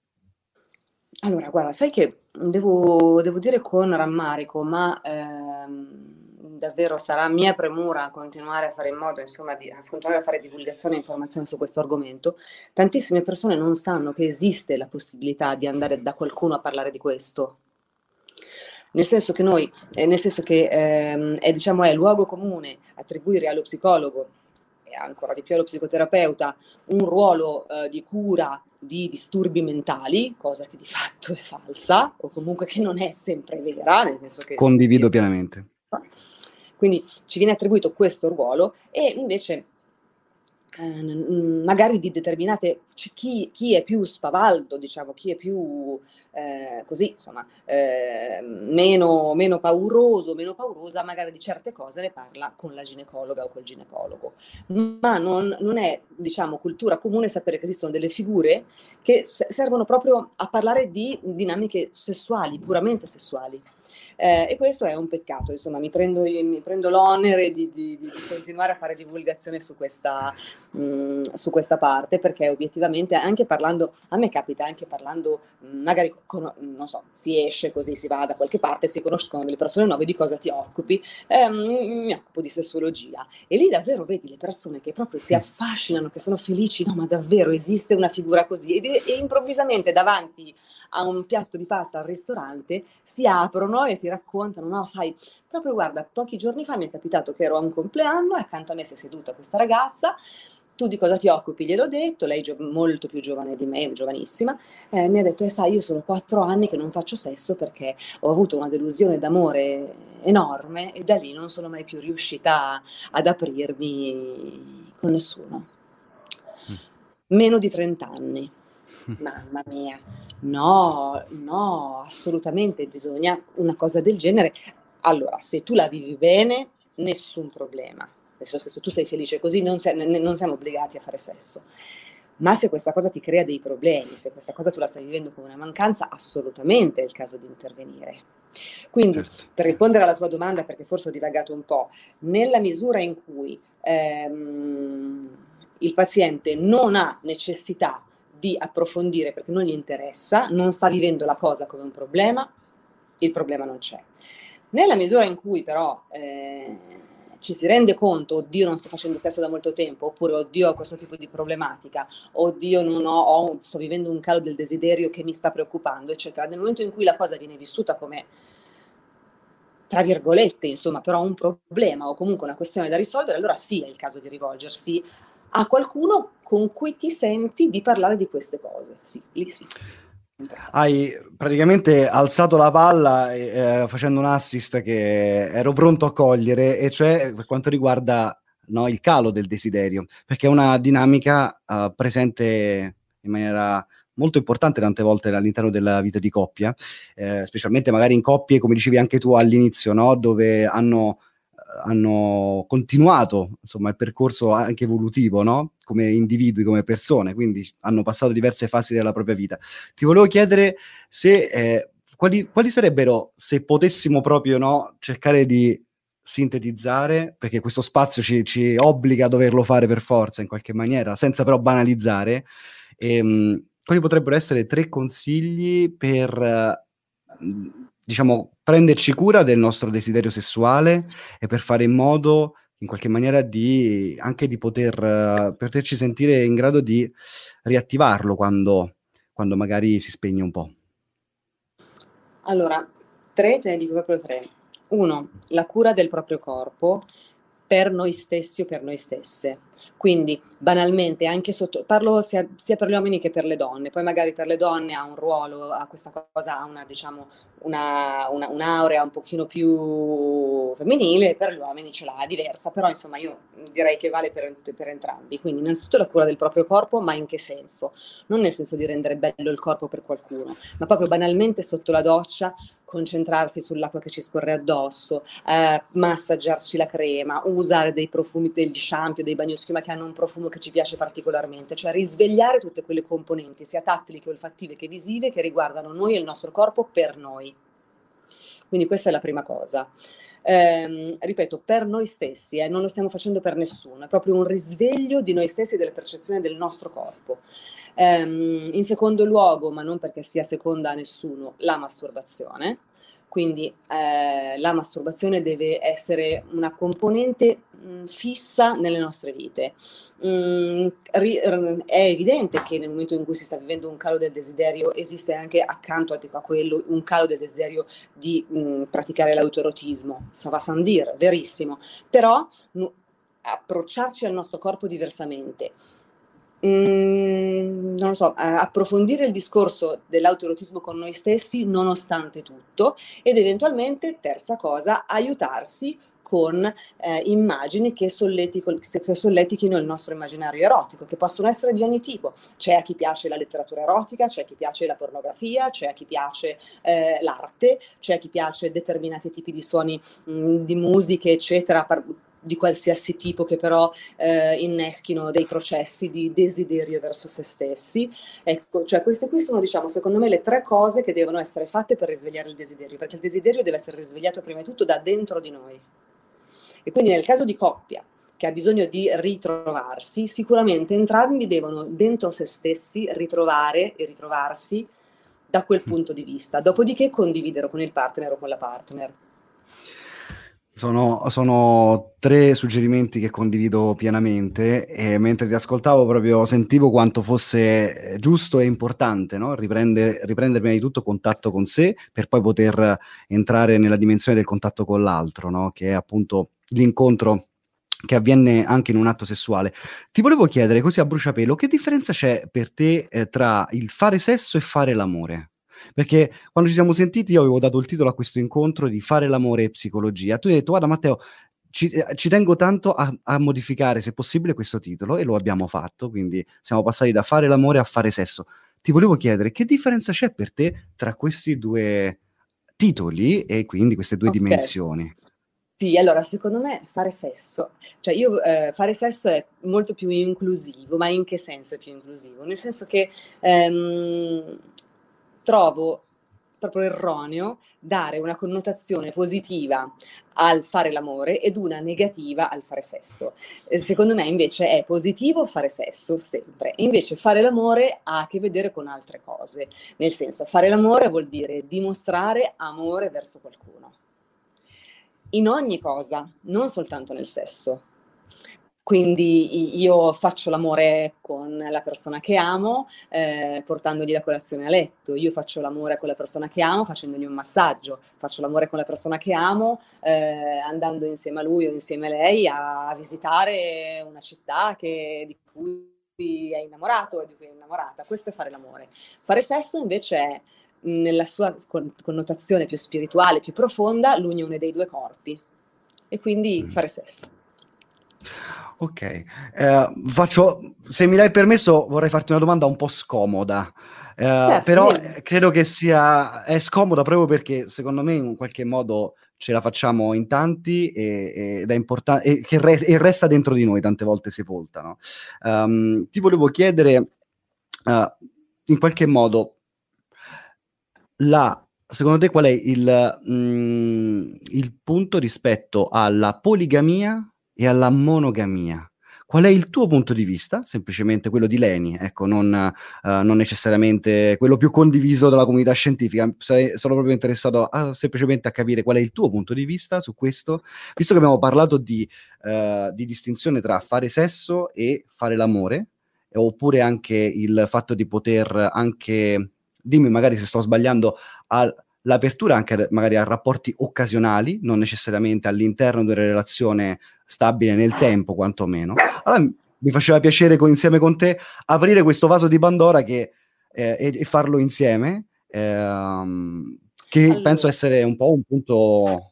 Allora, guarda, sai che devo, devo dire con rammarico, ma ehm, davvero sarà mia premura continuare a fare in modo, insomma, di a continuare a fare divulgazione e informazione su questo argomento. Tantissime persone non sanno che esiste la possibilità di andare da qualcuno a parlare di questo. Nel senso che noi, eh, nel senso che ehm, è, diciamo, è luogo comune attribuire allo psicologo e ancora di più allo psicoterapeuta un ruolo eh, di cura di disturbi mentali, cosa che di fatto è falsa o comunque che non è sempre vera, nel senso che Condivido pienamente. quindi ci viene attribuito questo ruolo e invece eh, magari di determinate chi, chi è più spavaldo, diciamo, chi è più eh, così, insomma, eh, meno, meno pauroso, meno paurosa, magari di certe cose ne parla con la ginecologa o col ginecologo. Ma non, non è, diciamo, cultura comune sapere che esistono delle figure che servono proprio a parlare di dinamiche sessuali, puramente sessuali. Eh, e questo è un peccato, insomma, mi prendo, mi prendo l'onere di, di, di continuare a fare divulgazione su questa, mh, su questa parte, perché obiettivamente anche parlando, a me capita anche parlando, mh, magari con, non so, si esce così, si va da qualche parte, si conoscono delle persone nuove, di cosa ti occupi? Eh, mi occupo di sessologia e lì davvero vedi le persone che proprio si affascinano, che sono felici, no ma davvero esiste una figura così e, e improvvisamente davanti a un piatto di pasta al ristorante si aprono e ti raccontano, no sai, proprio guarda, pochi giorni fa mi è capitato che ero a un compleanno e accanto a me si è seduta questa ragazza, tu di cosa ti occupi? Gliel'ho detto, lei gio- molto più giovane di me, giovanissima, eh, mi ha detto, eh sai, io sono quattro anni che non faccio sesso perché ho avuto una delusione d'amore enorme e da lì non sono mai più riuscita ad aprirmi con nessuno. Meno di trenta anni. Mamma mia, no, no, assolutamente bisogna una cosa del genere. Allora, se tu la vivi bene, nessun problema. Nel senso che se tu sei felice così, non, sei, non siamo obbligati a fare sesso. Ma se questa cosa ti crea dei problemi, se questa cosa tu la stai vivendo come una mancanza, assolutamente è il caso di intervenire. Quindi, certo. Per rispondere alla tua domanda, perché forse ho divagato un po', nella misura in cui ehm, il paziente non ha necessità di approfondire perché non gli interessa, non sta vivendo la cosa come un problema, il problema non c'è. Nella misura in cui però eh, ci si rende conto, oddio non sto facendo sesso da molto tempo, oppure oddio ho questo tipo di problematica, oddio non ho, ho, sto vivendo un calo del desiderio che mi sta preoccupando, eccetera. Nel momento in cui la cosa viene vissuta come, tra virgolette, insomma, però un problema o comunque una questione da risolvere, allora sì è il caso di rivolgersi a qualcuno con cui ti senti di parlare di queste cose. Sì, lì sì. Hai praticamente alzato la palla eh, facendo un assist che ero pronto a cogliere, e cioè per quanto riguarda, no, il calo del desiderio, perché è una dinamica uh, presente in maniera molto importante tante volte all'interno della vita di coppia, eh, specialmente magari in coppie, come dicevi anche tu all'inizio, no? Dove hanno hanno continuato insomma il percorso anche evolutivo, no? Come individui, come persone, quindi hanno passato diverse fasi della propria vita. Ti volevo chiedere se eh, quali, quali sarebbero, se potessimo proprio, no, cercare di sintetizzare, perché questo spazio ci, ci obbliga a doverlo fare per forza in qualche maniera, senza però banalizzare, ehm, quali potrebbero essere tre consigli per eh, diciamo prenderci cura del nostro desiderio sessuale e per fare in modo in qualche maniera di anche di poter uh, poterci sentire in grado di riattivarlo quando, quando magari si spegne un po'. Allora, tre, te ne dico proprio tre. Uno, la cura del proprio corpo per noi stessi o per noi stesse. Quindi banalmente anche sotto, parlo sia, sia per gli uomini che per le donne, poi magari per le donne ha un ruolo, ha questa cosa, ha una diciamo una, una, un'aurea un pochino più femminile, per gli uomini ce l'ha diversa, però insomma io direi che vale per, per entrambi. Quindi innanzitutto la cura del proprio corpo, ma in che senso? Non nel senso di rendere bello il corpo per qualcuno, ma proprio banalmente sotto la doccia concentrarsi sull'acqua che ci scorre addosso, eh, massaggiarci la crema, usare dei profumi, degli shampoo, dei bagnoschiuma che hanno un profumo che ci piace particolarmente, cioè risvegliare tutte quelle componenti, sia tattili che olfattive che visive, che riguardano noi e il nostro corpo per noi. Quindi questa è la prima cosa. Eh, ripeto, per noi stessi, eh, non lo stiamo facendo per nessuno, è proprio un risveglio di noi stessi e della percezione del nostro corpo. Eh, in secondo luogo, ma non perché sia seconda a nessuno, la masturbazione. Quindi eh, la masturbazione deve essere una componente mh, fissa nelle nostre vite. Mm, ri, r, è evidente che nel momento in cui si sta vivendo un calo del desiderio esiste anche accanto a quello un calo del desiderio di mh, praticare l'autoerotismo. Ça va sans dire, verissimo. Però n- approcciarci al nostro corpo diversamente. Mm, non lo so, approfondire il discorso dell'autoerotismo con noi stessi nonostante tutto, ed eventualmente, terza cosa, aiutarsi con eh, immagini che, solletico, che solletichino il nostro immaginario erotico, che possono essere di ogni tipo. C'è a chi piace la letteratura erotica, c'è a chi piace la pornografia, c'è a chi piace eh, l'arte, c'è a chi piace determinati tipi di suoni, mh, di musiche, eccetera, par- di qualsiasi tipo, che però eh, inneschino dei processi di desiderio verso se stessi. Ecco, cioè queste qui sono, diciamo, secondo me le tre cose che devono essere fatte per risvegliare il desiderio, perché il desiderio deve essere risvegliato prima di tutto da dentro di noi. E quindi nel caso di coppia che ha bisogno di ritrovarsi, sicuramente entrambi devono dentro se stessi ritrovare e ritrovarsi da quel punto di vista, dopodiché condividere con il partner o con la partner. Sono, sono tre suggerimenti che condivido pienamente, e mentre ti ascoltavo proprio sentivo quanto fosse giusto e importante, no? Riprendere, riprendere prima di tutto contatto con sé per poi poter entrare nella dimensione del contatto con l'altro, no? Che è appunto l'incontro che avviene anche in un atto sessuale. Ti volevo chiedere così a bruciapelo, che differenza c'è per te eh, tra il fare sesso e fare l'amore? Perché quando ci siamo sentiti io avevo dato il titolo a questo incontro di Fare l'amore e psicologia. Tu hai detto: guarda Matteo, ci, eh, ci tengo tanto a, a modificare se possibile questo titolo, e lo abbiamo fatto, quindi siamo passati da fare l'amore a fare sesso. ti volevo chiedere che differenza c'è per te tra questi due titoli e quindi queste due Ok. dimensioni? Sì, allora secondo me fare sesso, cioè io eh, fare sesso è molto più inclusivo, ma in che senso è più inclusivo? Nel senso che ehm, trovo proprio erroneo dare una connotazione positiva al fare l'amore ed una negativa al fare sesso. Eh, secondo me invece è positivo fare sesso sempre, invece fare l'amore ha a che vedere con altre cose, nel senso fare l'amore vuol dire dimostrare amore verso qualcuno. In ogni cosa, non soltanto nel sesso. Quindi io faccio l'amore con la persona che amo, eh, portandogli la colazione a letto. Io faccio l'amore con la persona che amo facendogli un massaggio. Faccio l'amore con la persona che amo eh, andando insieme a lui o insieme a lei a, a visitare una città che, di cui è innamorato e di cui è innamorata. Questo è fare l'amore. Fare sesso invece è, nella sua connotazione più spirituale, più profonda, l'unione dei due corpi. E quindi Mm. fare sesso. Ok, eh, faccio, se mi dai permesso vorrei farti una domanda un po' scomoda, eh, Certo, però dimmi. eh, credo che sia, è scomoda proprio perché secondo me in qualche modo ce la facciamo in tanti e, ed è importante, e che re- e resta dentro di noi tante volte sepolta, no? Ehm, ti volevo chiedere, eh, in qualche modo, la, secondo te qual è il, mm, il punto rispetto alla poligamia e alla monogamia? Qual è il tuo punto di vista? Semplicemente quello di Leni, ecco, non, eh, non necessariamente quello più condiviso dalla comunità scientifica. Sarei- sono proprio interessato a- semplicemente a capire qual è il tuo punto di vista su questo, visto che abbiamo parlato di, eh, di distinzione tra fare sesso e fare l'amore, oppure anche il fatto di poter anche, dimmi magari se sto sbagliando, all'apertura anche a- magari a rapporti occasionali, non necessariamente all'interno di una relazione stabile nel tempo, quantomeno. Allora mi faceva piacere con- insieme con te aprire questo vaso di Pandora che, eh, e, e farlo insieme, ehm, che penso Allora, essere un po' un punto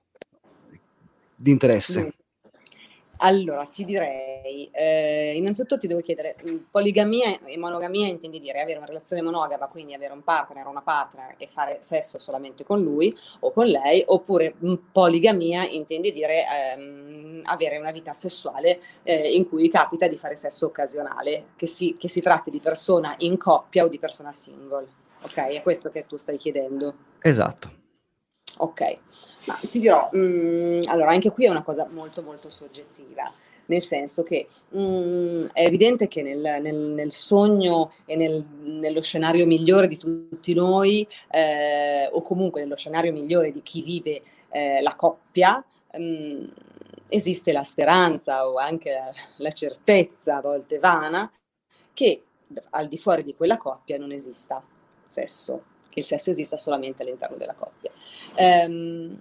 di interesse. dunque, allora ti direi, eh, innanzitutto ti devo chiedere, mh, poligamia e monogamia intendi dire avere una relazione monogama, quindi avere un partner o una partner e fare sesso solamente con lui o con lei, oppure mh, poligamia intendi dire ehm, avere una vita sessuale eh, in cui capita di fare sesso occasionale, che si, che si tratti di persona in coppia o di persona single. Ok, è questo che tu stai chiedendo. Esatto. Ok, ma ti dirò, mh, allora anche qui è una cosa molto molto soggettiva, nel senso che mh, è evidente che nel, nel- nel sogno e nel- nello scenario migliore di tutti noi, eh, o comunque nello scenario migliore di chi vive eh, la coppia, mh, esiste la speranza o anche la, la certezza, a volte vana, che al di fuori di quella coppia non esista sesso, che il sesso esista solamente all'interno della coppia. Ehm,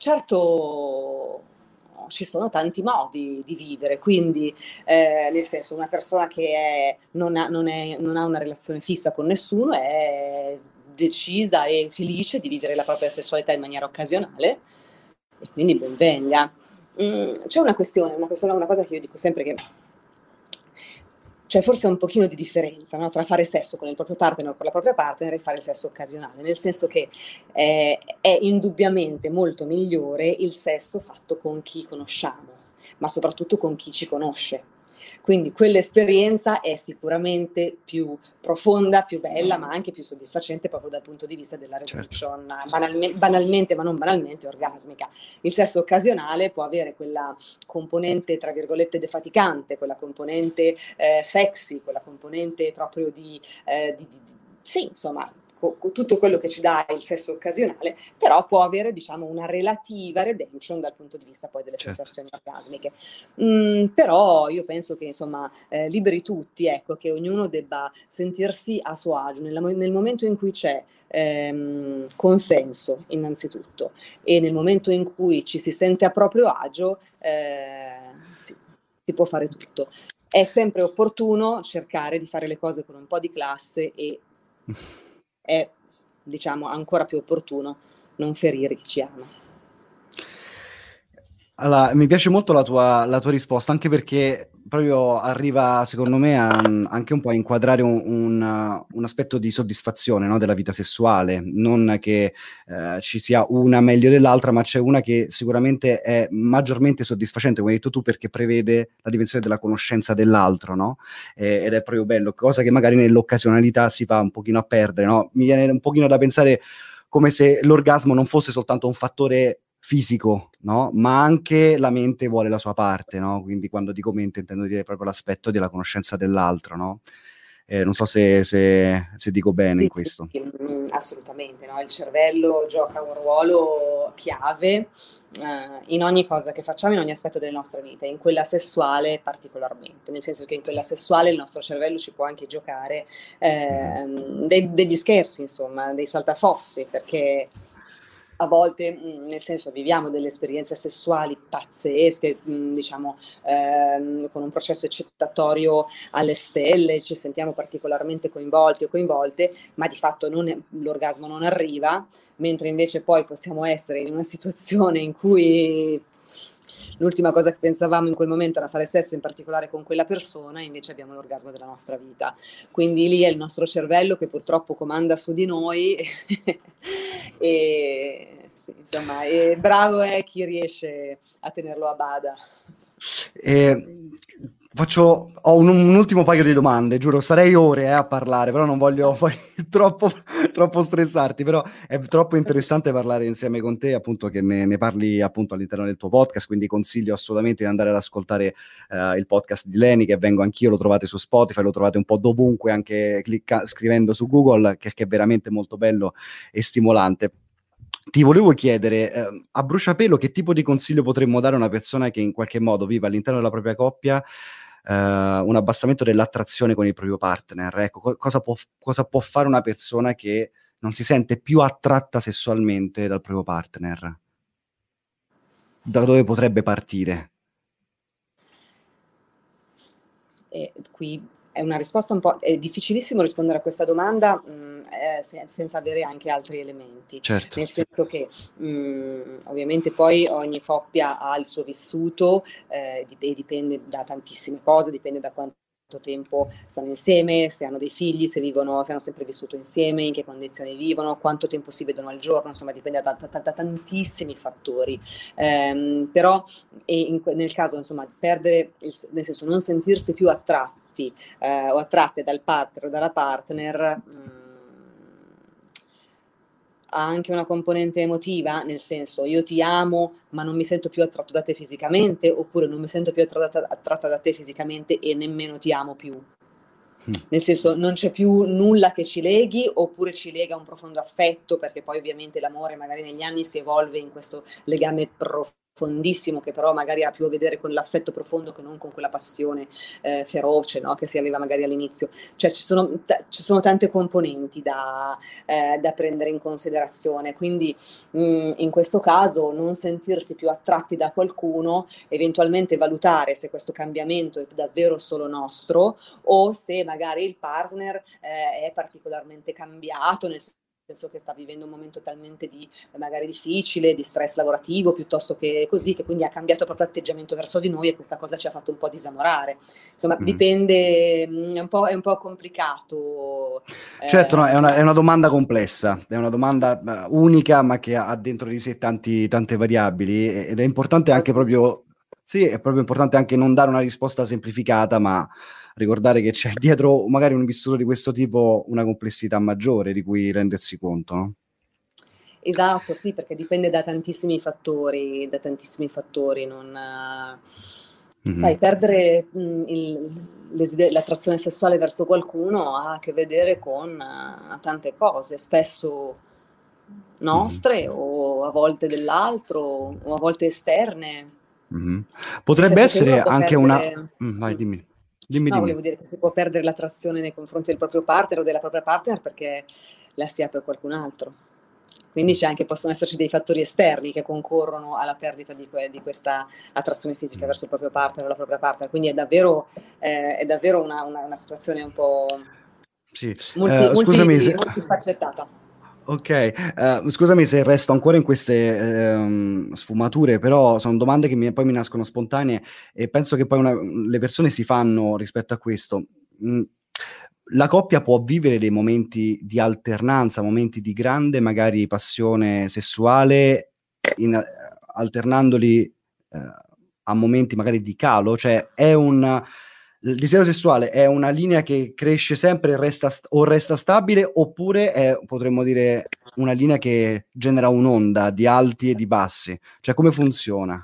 certo, ci sono tanti modi di vivere, quindi eh, nel senso una persona che è, non, ha, non, è, non ha una relazione fissa con nessuno è decisa e felice di vivere la propria sessualità in maniera occasionale e quindi ben venga. Mm, c'è una questione, una, questione, una cosa che io dico sempre che c'è forse un pochino di differenza, no? Tra fare sesso con il proprio partner o con la propria partner e fare il sesso occasionale, nel senso che eh, è indubbiamente molto migliore il sesso fatto con chi conosciamo, ma soprattutto con chi ci conosce. Quindi quell'esperienza è sicuramente più profonda, più bella, ma anche più soddisfacente proprio dal punto di vista della Certo. redemption, banalme- banalmente, ma non banalmente, orgasmica. Il sesso occasionale può avere quella componente, tra virgolette, defaticante, quella componente eh, sexy, quella componente proprio di, eh, di, di, di sì, insomma, co- co- tutto quello che ci dà il sesso occasionale, però può avere, diciamo, una relativa redemption dal punto di vista poi delle Certo. sensazioni orgasmiche. Mm, però io penso che, insomma, eh, liberi tutti, ecco, che ognuno debba sentirsi a suo agio nella, nel momento in cui c'è ehm, consenso, innanzitutto, e nel momento in cui ci si sente a proprio agio, eh, sì, si può fare tutto. È sempre opportuno cercare di fare le cose con un po' di classe e è, diciamo, ancora più opportuno non ferire chi ci ama. Allora, mi piace molto la tua, la tua risposta, anche perché proprio arriva, secondo me, a, anche un po' a inquadrare un, un, un aspetto di soddisfazione, no, della vita sessuale. Non che eh, ci sia una meglio dell'altra, ma c'è una che sicuramente è maggiormente soddisfacente, come hai detto tu, perché prevede la dimensione della conoscenza dell'altro, no? Eh, ed è proprio bello, cosa che magari nell'occasionalità si va un pochino a perdere, no? Mi viene un pochino da pensare come se l'orgasmo non fosse soltanto un fattore fisico, no? Ma anche la mente vuole la sua parte, no? Quindi quando dico mente intendo dire proprio l'aspetto della conoscenza dell'altro, no? Eh, non so se, se, se dico bene in Sì, sì, questo. mm, assolutamente, no? Il cervello gioca un ruolo chiave eh, in ogni cosa che facciamo, in ogni aspetto delle nostre vite, in quella sessuale particolarmente, nel senso che in quella sessuale il nostro cervello ci può anche giocare eh, Mm-hmm. dei, degli scherzi, insomma, dei saltafossi, perché a volte, mh, nel senso, viviamo delle esperienze sessuali pazzesche, mh, diciamo, ehm, con un processo eccitatorio alle stelle, ci sentiamo particolarmente coinvolti o coinvolte, ma di fatto non è, l'orgasmo non arriva, mentre invece poi possiamo essere in una situazione in cui l'ultima cosa che pensavamo in quel momento era fare sesso, in particolare con quella persona, e invece abbiamo l'orgasmo della nostra vita. Quindi lì è il nostro cervello che purtroppo comanda su di noi e sì, insomma, e bravo è chi riesce a tenerlo a bada. Eh, faccio, ho un, un ultimo paio di domande, giuro, starei ore eh, a parlare, però non voglio poi troppo, troppo stressarti, però è troppo interessante parlare insieme con te, appunto, che ne, ne parli appunto all'interno del tuo podcast, quindi consiglio assolutamente di andare ad ascoltare eh, il podcast di Leni, che vengo anch'io, lo trovate su Spotify, lo trovate un po' dovunque, anche clicca- scrivendo su Google, che, che è veramente molto bello e stimolante. Ti volevo chiedere, eh, a bruciapelo, che tipo di consiglio potremmo dare a una persona che in qualche modo vive all'interno della propria coppia eh, un abbassamento dell'attrazione con il proprio partner? Ecco, co- cosa può, cosa può fare una persona che non si sente più attratta sessualmente dal proprio partner? Da dove potrebbe partire? E qui è una risposta un po'... È difficilissimo rispondere a questa domanda mh, eh, se- senza avere anche altri elementi, Certo. nel senso che mh, ovviamente poi ogni coppia ha il suo vissuto eh, dip- e dipende da tantissime cose, dipende da quanto tempo stanno insieme, se hanno dei figli, se vivono, se hanno sempre vissuto insieme, in che condizioni vivono, quanto tempo si vedono al giorno, insomma dipende da, da- da- da tantissimi fattori. Ehm, però e in, nel caso insomma perdere, il, nel senso non sentirsi più attratti eh, o attratte dal partner o dalla partner mh, ha anche una componente emotiva, nel senso io ti amo ma non mi sento più attratto da te fisicamente, oppure non mi sento più attratta, attratta da te fisicamente e nemmeno ti amo più. Nel senso non c'è più nulla che ci leghi, oppure ci lega un profondo affetto, perché poi ovviamente l'amore magari negli anni si evolve in questo legame profondissimo che però magari ha più a vedere con l'affetto profondo che non con quella passione eh, feroce, no? Che si aveva magari all'inizio. Cioè ci sono, t- ci sono tante componenti da, eh, da prendere in considerazione, quindi mh, in questo caso non sentirsi più attratti da qualcuno, eventualmente valutare se questo cambiamento è davvero solo nostro o se magari il partner eh, è particolarmente cambiato, nel senso che sta vivendo un momento talmente di, magari difficile, di stress lavorativo, piuttosto che così, che quindi ha cambiato proprio atteggiamento verso di noi e questa cosa ci ha fatto un po' disamorare. Insomma, Mm. dipende, è un po', è un po' complicato. Certo, no, Eh, è una, è una domanda complessa, è una domanda eh, unica, ma che ha, ha dentro di sé tanti- tante variabili e- ed è importante anche proprio, sì, è proprio importante anche non dare una risposta semplificata, ma ricordare che c'è dietro magari un vissuto di questo tipo una complessità maggiore di cui rendersi conto, no? Esatto, sì, perché dipende da tantissimi fattori, da tantissimi fattori, non, sai, Mhm. perdere mh, il- desider- l'attrazione sessuale verso qualcuno ha a che vedere con eh, tante cose, spesso Mhm. nostre o a volte dell'altro o a volte esterne, Mhm. nel Potrebbe senso che uno essere può anche una... perdere... Mm, vai, mm. dimmi, dimmi, No, dimmi. volevo dire che si può perdere l'attrazione nei confronti del proprio partner o della propria partner perché la si ha per qualcun altro. Quindi c'è anche, possono esserci dei fattori esterni che concorrono alla perdita di, que- di questa attrazione fisica Mm. verso il proprio partner o la propria partner. Quindi è davvero, eh, è davvero una, una- una situazione un po' Sì, multi, eh, scusami multi, se... multifaccettata. Ok, uh, scusami se resto ancora in queste um, sfumature, però sono domande che mi, poi mi nascono spontanee e penso che poi una, le persone si fanno rispetto a questo. Mm, la coppia può vivere dei momenti di alternanza, momenti di grande magari passione sessuale, in, alternandoli uh, a momenti magari di calo, cioè è un... Il desiderio sessuale è una linea che cresce sempre e resta, o resta stabile, oppure è, potremmo dire, una linea che genera un'onda di alti e di bassi? Cioè, come funziona?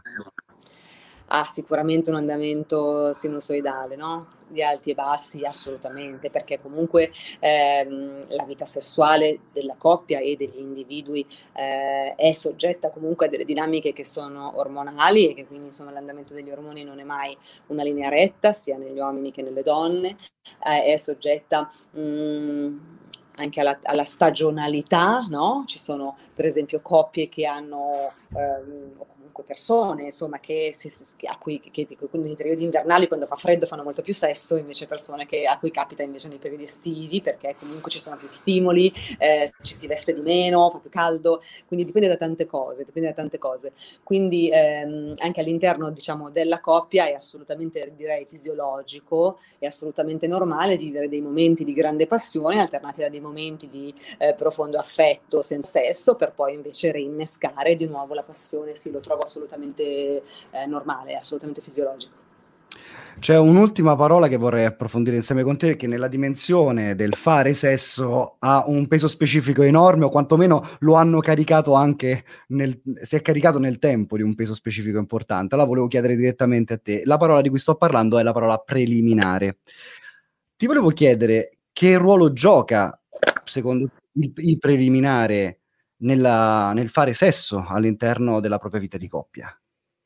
Ha sicuramente un andamento sinusoidale, no? Di alti e bassi, assolutamente, perché comunque ehm, la vita sessuale della coppia e degli individui eh, è soggetta comunque a delle dinamiche che sono ormonali e che quindi insomma l'andamento degli ormoni non è mai una linea retta, sia negli uomini che nelle donne, eh, è soggetta mh, anche alla, alla stagionalità, no? Ci sono per esempio coppie che hanno ehm, persone insomma che, si, che a cui che, che, nei periodi invernali quando fa freddo fanno molto più sesso, invece persone che, a cui capita invece nei periodi estivi, perché comunque ci sono più stimoli, eh, ci si veste di meno, fa più caldo, quindi dipende da tante cose, dipende da tante cose. Quindi ehm, anche all'interno diciamo della coppia è assolutamente, direi, fisiologico, è assolutamente normale vivere dei momenti di grande passione alternati da dei momenti di eh, profondo affetto senza sesso, per poi invece reinnescare di nuovo la passione. Sì, lo trovo assolutamente eh, normale, assolutamente fisiologico. C'è un'ultima parola che vorrei approfondire insieme con te, che nella dimensione del fare sesso ha un peso specifico enorme, o quantomeno lo hanno caricato anche nel, si è caricato nel tempo di un peso specifico importante. Allora volevo chiedere direttamente a te, la parola di cui sto parlando è la parola preliminare. Ti volevo chiedere che ruolo gioca, secondo te, il, il preliminare nella, nel fare sesso all'interno della propria vita di coppia?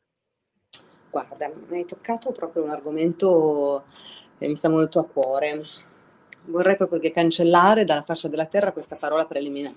Guarda, mi hai toccato proprio un argomento che mi sta molto a cuore. Vorrei proprio che cancellare dalla faccia della terra questa parola preliminare.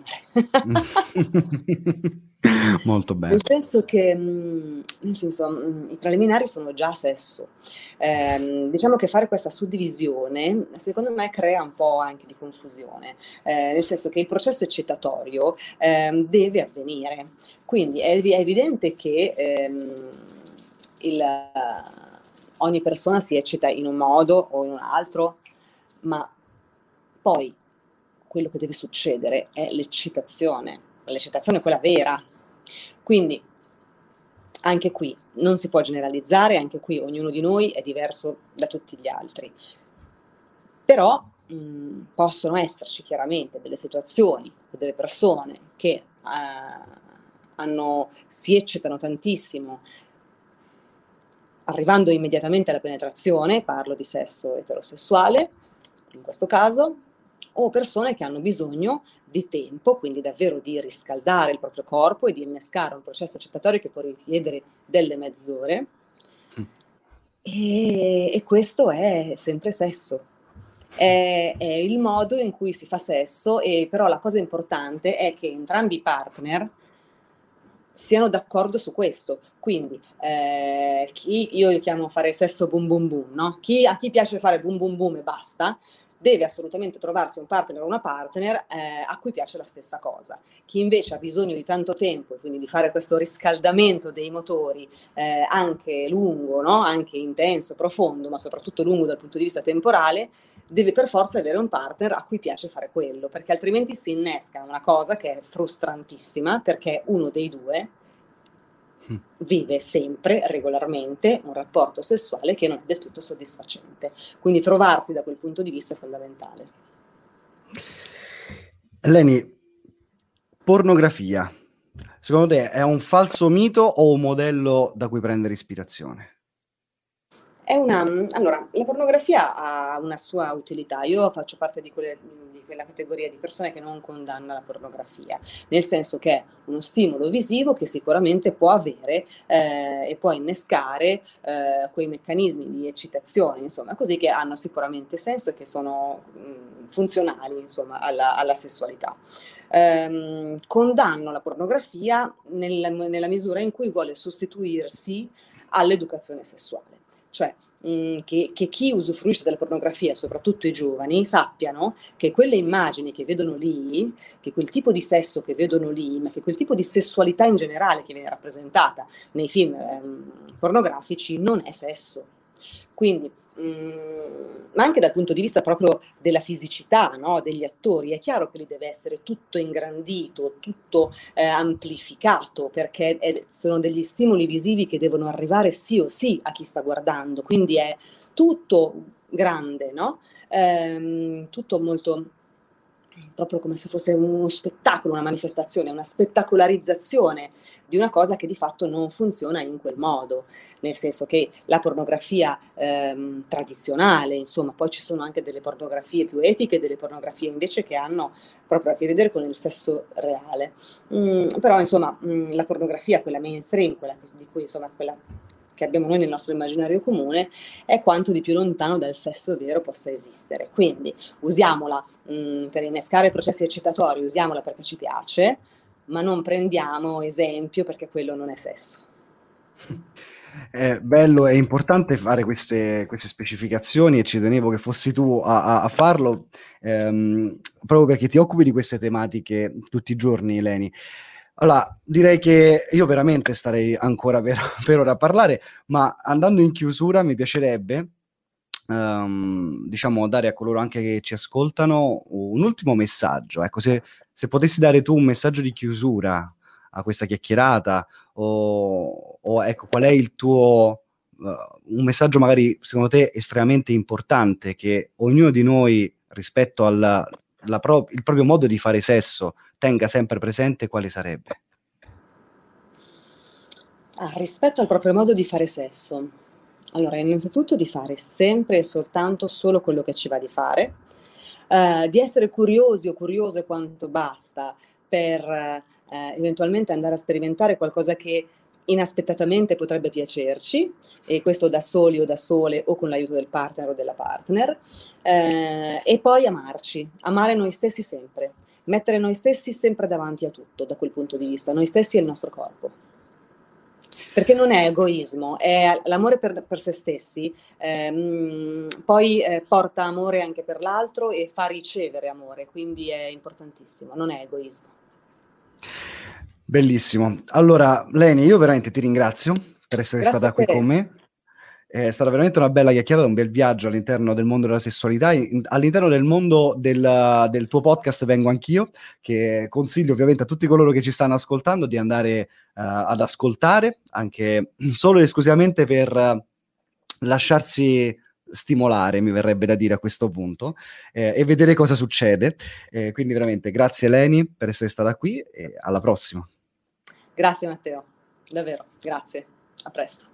Molto bene. Nel senso che, mh, nel senso, mh, i preliminari sono già sesso. Eh, diciamo che fare questa suddivisione, secondo me, crea un po' anche di confusione, eh, nel senso che il processo eccitatorio eh, deve avvenire. Quindi è, è evidente che ehm, il, ogni persona si eccita in un modo o in un altro, ma poi quello che deve succedere è l'eccitazione, l'eccitazione è quella vera. Quindi anche qui non si può generalizzare, anche qui ognuno di noi è diverso da tutti gli altri. Però mh, possono esserci chiaramente delle situazioni o delle persone che eh, hanno, si eccitano tantissimo arrivando immediatamente alla penetrazione, parlo di sesso eterosessuale in questo caso, o persone che hanno bisogno di tempo, quindi davvero di riscaldare il proprio corpo e di innescare un processo eccitatorio che può richiedere delle mezz'ore. Mm. E, e questo è sempre sesso. È, è il modo in cui si fa sesso, e però la cosa importante è che entrambi i partner siano d'accordo su questo. Quindi eh, chi, io chiamo fare sesso boom boom boom, no? Chi, a chi piace fare boom boom boom e basta, deve assolutamente trovarsi un partner o una partner eh, a cui piace la stessa cosa. Chi invece ha bisogno di tanto tempo e quindi di fare questo riscaldamento dei motori eh, anche lungo, no? Anche intenso, profondo, ma soprattutto lungo dal punto di vista temporale, deve per forza avere un partner a cui piace fare quello, perché altrimenti si innesca una cosa che è frustrantissima, perché uno dei due vive sempre, regolarmente, un rapporto sessuale che non è del tutto soddisfacente. Quindi trovarsi da quel punto di vista è fondamentale. Leni, pornografia, secondo te è un falso mito o un modello da cui prendere ispirazione? È una, allora, la pornografia ha una sua utilità. Io faccio parte di, quelle, di quella categoria di persone che non condanna la pornografia, nel senso che è uno stimolo visivo che sicuramente può avere eh, e può innescare eh, quei meccanismi di eccitazione, insomma, così, che hanno sicuramente senso e che sono mh, funzionali, insomma, alla, alla sessualità. Ehm, condanno la pornografia nel, nella misura in cui vuole sostituirsi all'educazione sessuale. cioè mh, che, che chi usufruisce della pornografia, soprattutto i giovani, sappiano che quelle immagini che vedono lì, che quel tipo di sesso che vedono lì, ma che quel tipo di sessualità in generale che viene rappresentata nei film ehm, pornografici non è sesso. Quindi, mh, ma anche dal punto di vista proprio della fisicità, no, degli attori, è chiaro che lì deve essere tutto ingrandito, tutto eh, amplificato, perché è, sono degli stimoli visivi che devono arrivare sì o sì a chi sta guardando, quindi è tutto grande, no? Ehm, tutto molto, proprio come se fosse uno spettacolo, una manifestazione, una spettacolarizzazione di una cosa che di fatto non funziona in quel modo, nel senso che la pornografia ehm, tradizionale, insomma, poi ci sono anche delle pornografie più etiche, delle pornografie invece che hanno proprio a che vedere con il sesso reale. Mm, però insomma mm, la pornografia, quella mainstream, quella di cui insomma quella che abbiamo noi nel nostro immaginario comune, è quanto di più lontano dal sesso vero possa esistere. Quindi usiamola mh, per innescare processi eccitatori, usiamola perché ci piace, ma non prendiamo esempio perché quello non è sesso. È bello, è importante fare queste, queste specificazioni e ci tenevo che fossi tu a, a- a farlo, ehm, proprio perché ti occupi di queste tematiche tutti i giorni, Leni. Allora, direi che io veramente starei ancora per, per ora a parlare, ma andando in chiusura mi piacerebbe, ehm, diciamo, dare a coloro anche che ci ascoltano un ultimo messaggio. Ecco, se, se potessi dare tu un messaggio di chiusura a questa chiacchierata, o, o ecco, qual è il tuo, uh, un messaggio magari secondo te estremamente importante che ognuno di noi rispetto al la pro- il proprio modo di fare sesso tenga sempre presente, quale sarebbe? Ah, rispetto al proprio modo di fare sesso, allora innanzitutto di fare sempre e soltanto solo quello che ci va di fare, eh, di essere curiosi o curiose quanto basta per eh, eventualmente andare a sperimentare qualcosa che inaspettatamente potrebbe piacerci, e questo da soli o da sole o con l'aiuto del partner o della partner, eh, e poi amarci, amare noi stessi sempre, mettere noi stessi sempre davanti a tutto da quel punto di vista, noi stessi e il nostro corpo. Perché non è egoismo, è l'amore per, per se stessi, ehm, poi eh, porta amore anche per l'altro e fa ricevere amore, quindi è importantissimo, non è egoismo. Bellissimo. Allora, Leni, io veramente ti ringrazio per essere Grazie stata a qui te. con me. È stata veramente una bella chiacchierata, un bel viaggio all'interno del mondo della sessualità. In- all'interno del mondo del, del tuo podcast vengo anch'io, che consiglio ovviamente a tutti coloro che ci stanno ascoltando di andare eh, ad ascoltare, anche solo ed esclusivamente per eh, lasciarsi stimolare, mi verrebbe da dire a questo punto, eh, e vedere cosa succede. Eh, quindi veramente grazie Leni per essere stata qui e alla prossima. Grazie Matteo, davvero, grazie, a presto.